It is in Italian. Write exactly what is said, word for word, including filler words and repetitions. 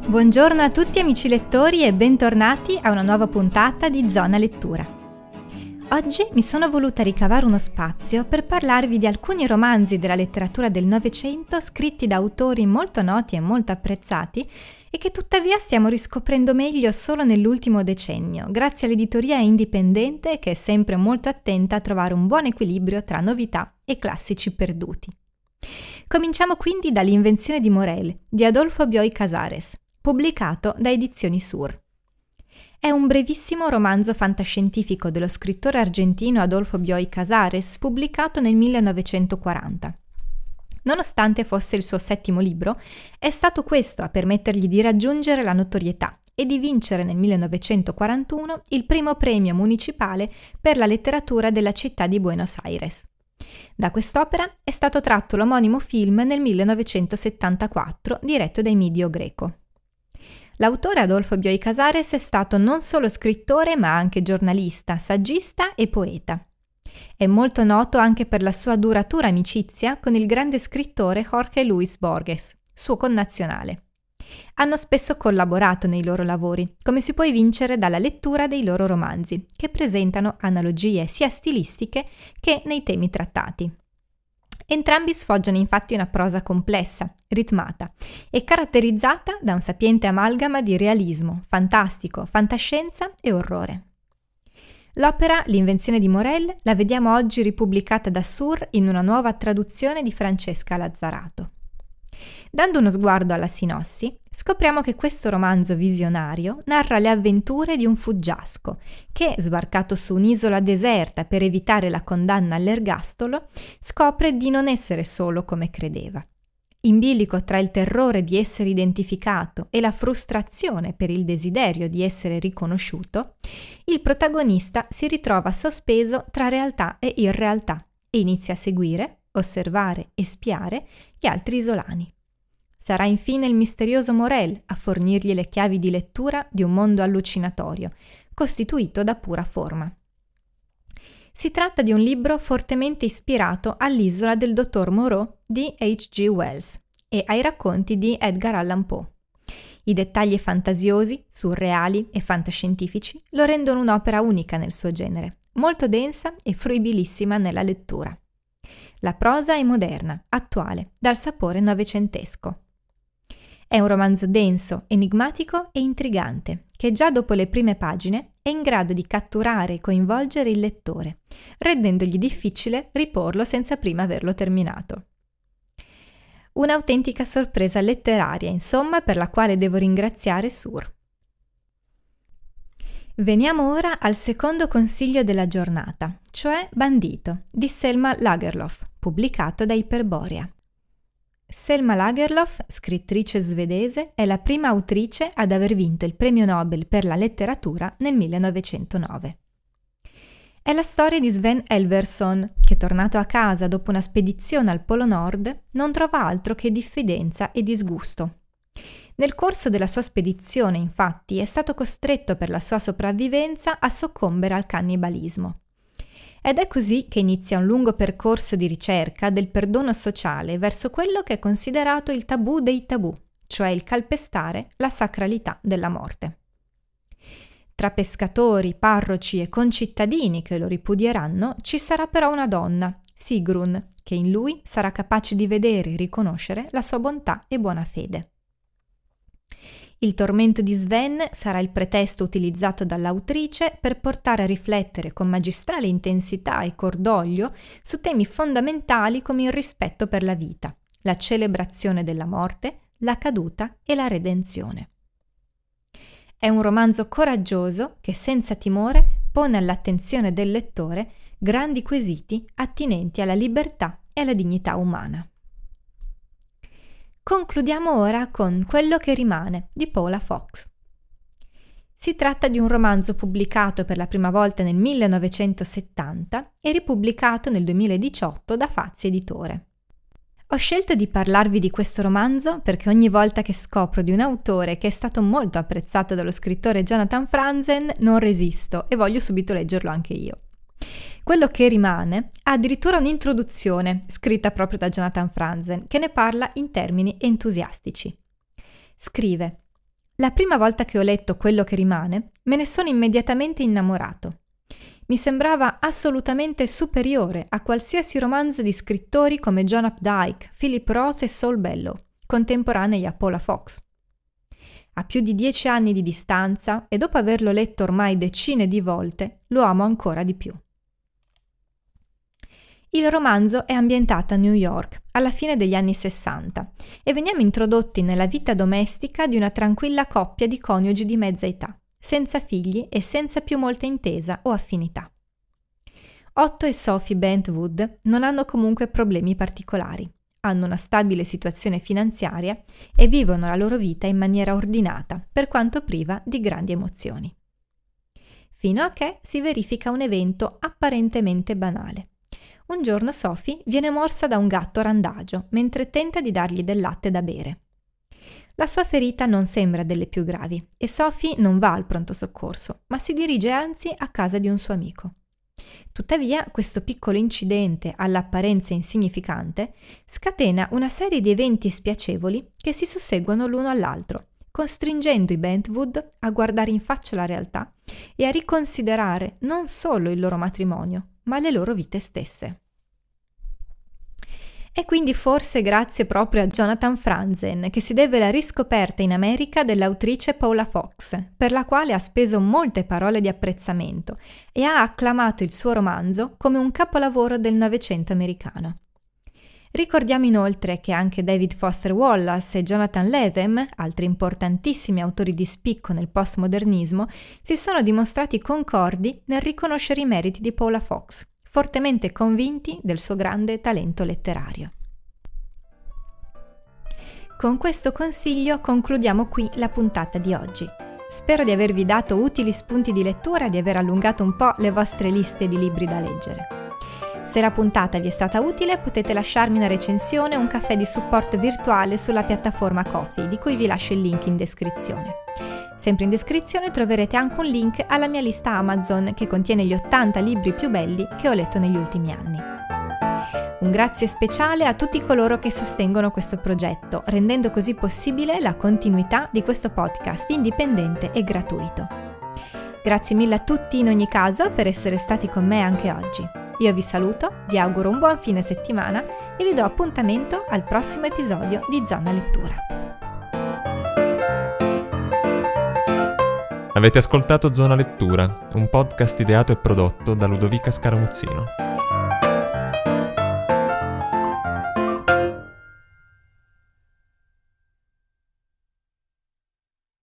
Buongiorno a tutti amici lettori e bentornati a una nuova puntata di Zona Lettura. Oggi mi sono voluta ricavare uno spazio per parlarvi di alcuni romanzi della letteratura del Novecento scritti da autori molto noti e molto apprezzati e che tuttavia stiamo riscoprendo meglio solo nell'ultimo decennio, grazie all'editoria indipendente che è sempre molto attenta a trovare un buon equilibrio tra novità e classici perduti. Cominciamo quindi dall'Invenzione di Morel di Adolfo Bioy Casares, pubblicato da Edizioni Sur. È un brevissimo romanzo fantascientifico dello scrittore argentino Adolfo Bioy Casares, pubblicato nel millenovecentoquaranta. Nonostante fosse il suo settimo libro, è stato questo a permettergli di raggiungere la notorietà e di vincere nel millenovecentoquarantuno il primo premio municipale per la letteratura della città di Buenos Aires. Da quest'opera è stato tratto l'omonimo film nel millenovecentosettantaquattro, diretto da Emidio Greco. L'autore Adolfo Bioy Casares è stato non solo scrittore ma anche giornalista, saggista e poeta. È molto noto anche per la sua duratura amicizia con il grande scrittore Jorge Luis Borges, suo connazionale. Hanno spesso collaborato nei loro lavori, come si può evincere dalla lettura dei loro romanzi, che presentano analogie sia stilistiche che nei temi trattati. Entrambi sfoggiano infatti una prosa complessa, ritmata e caratterizzata da un sapiente amalgama di realismo, fantastico, fantascienza e orrore. L'opera L'Invenzione di Morel la vediamo oggi ripubblicata da Sur in una nuova traduzione di Francesca Lazzarato. Dando uno sguardo alla sinossi, scopriamo che questo romanzo visionario narra le avventure di un fuggiasco che, sbarcato su un'isola deserta per evitare la condanna all'ergastolo, scopre di non essere solo come credeva. In bilico tra il terrore di essere identificato e la frustrazione per il desiderio di essere riconosciuto, il protagonista si ritrova sospeso tra realtà e irrealtà e inizia a seguire, osservare e spiare gli altri isolani. Sarà infine il misterioso Morel a fornirgli le chiavi di lettura di un mondo allucinatorio, costituito da pura forma. Si tratta di un libro fortemente ispirato all'Isola del dottor Moreau di H G Wells e ai racconti di Edgar Allan Poe. I dettagli fantasiosi, surreali e fantascientifici lo rendono un'opera unica nel suo genere, molto densa e fruibilissima nella lettura. La prosa è moderna, attuale, dal sapore novecentesco. È un romanzo denso, enigmatico e intrigante, che già dopo le prime pagine è in grado di catturare e coinvolgere il lettore, rendendogli difficile riporlo senza prima averlo terminato. Un'autentica sorpresa letteraria, insomma, per la quale devo ringraziare Sur. Veniamo ora al secondo consiglio della giornata, cioè Bandito, di Selma Lagerlöf, pubblicato da Iperborea. Selma Lagerlöf, scrittrice svedese, è la prima autrice ad aver vinto il premio Nobel per la letteratura nel millenovecentonove. È la storia di Sven Elversson, che tornato a casa dopo una spedizione al Polo Nord non trova altro che diffidenza e disgusto. Nel corso della sua spedizione, infatti, è stato costretto per la sua sopravvivenza a soccombere al cannibalismo. Ed è così che inizia un lungo percorso di ricerca del perdono sociale verso quello che è considerato il tabù dei tabù, cioè il calpestare la sacralità della morte. Tra pescatori, parroci e concittadini che lo ripudieranno, ci sarà però una donna, Sigrun, che in lui sarà capace di vedere e riconoscere la sua bontà e buona fede. Il tormento di Sven sarà il pretesto utilizzato dall'autrice per portare a riflettere con magistrale intensità e cordoglio su temi fondamentali come il rispetto per la vita, la celebrazione della morte, la caduta e la redenzione. È un romanzo coraggioso che senza timore pone all'attenzione del lettore grandi quesiti attinenti alla libertà e alla dignità umana. Concludiamo ora con Quello che rimane di Paula Fox. Si tratta di un romanzo pubblicato per la prima volta nel millenovecentosettanta e ripubblicato nel duemiladiciotto da Fazzi Editore. Ho scelto di parlarvi di questo romanzo perché ogni volta che scopro di un autore che è stato molto apprezzato dallo scrittore Jonathan Franzen non resisto e voglio subito leggerlo anche io. Quello che rimane ha addirittura un'introduzione scritta proprio da Jonathan Franzen che ne parla in termini entusiastici. Scrive: La prima volta che ho letto Quello che rimane, me ne sono immediatamente innamorato. Mi sembrava assolutamente superiore a qualsiasi romanzo di scrittori come John Updike, Philip Roth e Saul Bellow, contemporanei a Paula Fox. A più di dieci anni di distanza, e dopo averlo letto ormai decine di volte, lo amo ancora di più. Il romanzo è ambientato a New York, alla fine degli anni sessanta, e veniamo introdotti nella vita domestica di una tranquilla coppia di coniugi di mezza età, senza figli e senza più molta intesa o affinità. Otto e Sophie Bentwood non hanno comunque problemi particolari, hanno una stabile situazione finanziaria e vivono la loro vita in maniera ordinata, per quanto priva di grandi emozioni. Fino a che si verifica un evento apparentemente banale. Un giorno Sophie viene morsa da un gatto randagio mentre tenta di dargli del latte da bere. La sua ferita non sembra delle più gravi e Sophie non va al pronto soccorso, ma si dirige anzi a casa di un suo amico. Tuttavia, questo piccolo incidente, all'apparenza insignificante, scatena una serie di eventi spiacevoli che si susseguono l'uno all'altro, costringendo i Bentwood a guardare in faccia la realtà e a riconsiderare non solo il loro matrimonio, ma le loro vite stesse. È quindi forse grazie proprio a Jonathan Franzen che si deve la riscoperta in America dell'autrice Paula Fox, per la quale ha speso molte parole di apprezzamento e ha acclamato il suo romanzo come un capolavoro del Novecento americano. Ricordiamo inoltre che anche David Foster Wallace e Jonathan Lethem, altri importantissimi autori di spicco nel postmodernismo, si sono dimostrati concordi nel riconoscere i meriti di Paula Fox, fortemente convinti del suo grande talento letterario. Con questo consiglio concludiamo qui la puntata di oggi. Spero di avervi dato utili spunti di lettura e di aver allungato un po' le vostre liste di libri da leggere. Se la puntata vi è stata utile, potete lasciarmi una recensione o un caffè di supporto virtuale sulla piattaforma Ko-fi, di cui vi lascio il link in descrizione. Sempre in descrizione troverete anche un link alla mia lista Amazon che contiene gli ottanta libri più belli che ho letto negli ultimi anni. Un grazie speciale a tutti coloro che sostengono questo progetto, rendendo così possibile la continuità di questo podcast indipendente e gratuito. Grazie mille a tutti in ogni caso per essere stati con me anche oggi. Io vi saluto, vi auguro un buon fine settimana e vi do appuntamento al prossimo episodio di Zona Lettura. Avete ascoltato Zona Lettura, un podcast ideato e prodotto da Ludovica Scaramuzzino.